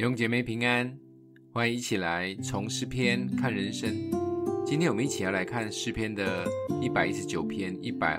弟兄姐妹平安，欢迎一起来从诗篇看人生。今天我们一起要来看诗篇的119篇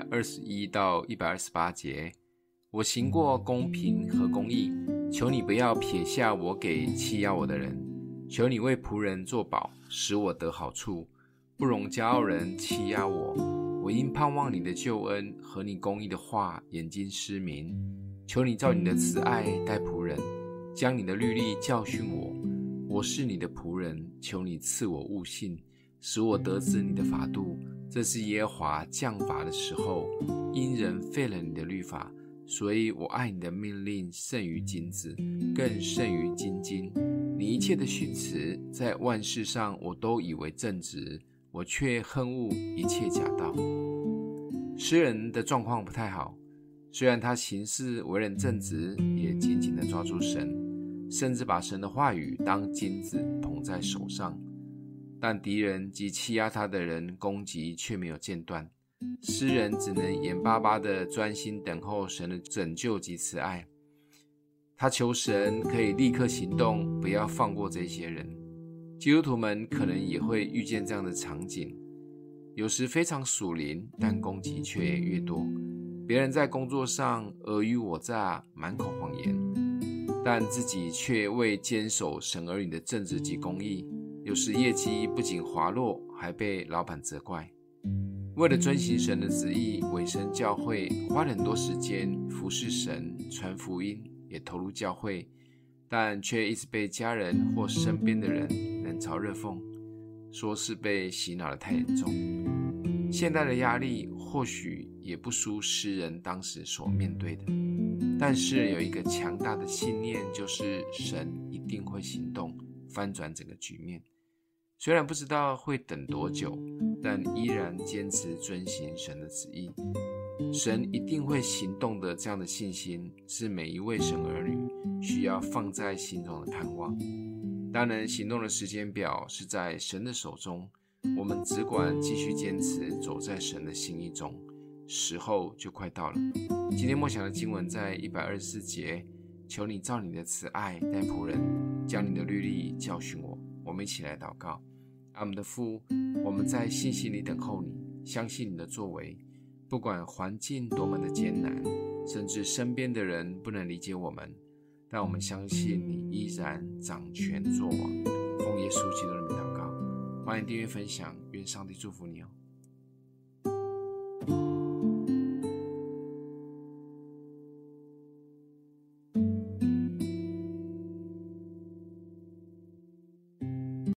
121到128节。我行过公平和公义，求你不要撇下我给欺压我的人。求你为仆人作保，使我得好处，不容骄傲人欺压我。我因盼望你的救恩和你公义的话，眼睛失明。求你照你的慈爱待仆人，将你的律例教训我。我是你的仆人，求你赐我悟性，使我得知你的法度。这是耶和华降罚的时候，因人废了你的律法，所以我爱你的命令胜于金子，更胜于金金。你一切的训词，在万事上我都以为正直，我却恨恶一切假道。诗人的状况不太好，虽然他行事为人正直，也紧紧地抓住神，甚至把神的话语当金子捧在手上，但敌人及欺压他的人攻击却没有间断。诗人只能眼巴巴地专心等候神的拯救及慈爱。他求神可以立刻行动，不要放过这些人。基督徒们可能也会遇见这样的场景，有时非常属灵，但攻击却越多。别人在工作上尔虞我诈，满口谎言，但自己却未坚守神儿女的正直及公义，有时业绩不仅滑落，还被老板责怪。为了遵行神的旨意，委身教会，花了很多时间服侍神，传福音，也投入教会，但却一直被家人或身边的人冷嘲热讽，说是被洗脑得太严重。现代的压力或许也不输诗人当时所面对的，但是有一个强大的信念，就是神一定会行动，翻转整个局面。虽然不知道会等多久，但依然坚持遵行神的旨意。神一定会行动的这样的信心，是每一位神儿女需要放在心中的盼望。当然，行动的时间表是在神的手中，我们只管继续坚持走在神的心意中，时候就快到了。今天默想的经文在124节，求你照你的慈爱待仆人，将你的律例教训我。我们一起来祷告。我们的父，我们在信心里等候你，相信你的作为，不管环境多么的艰难，甚至身边的人不能理解我们，但我们相信你依然掌权作王。奉耶稣基督的名祷告，欢迎订阅分享，愿上帝祝福你哦。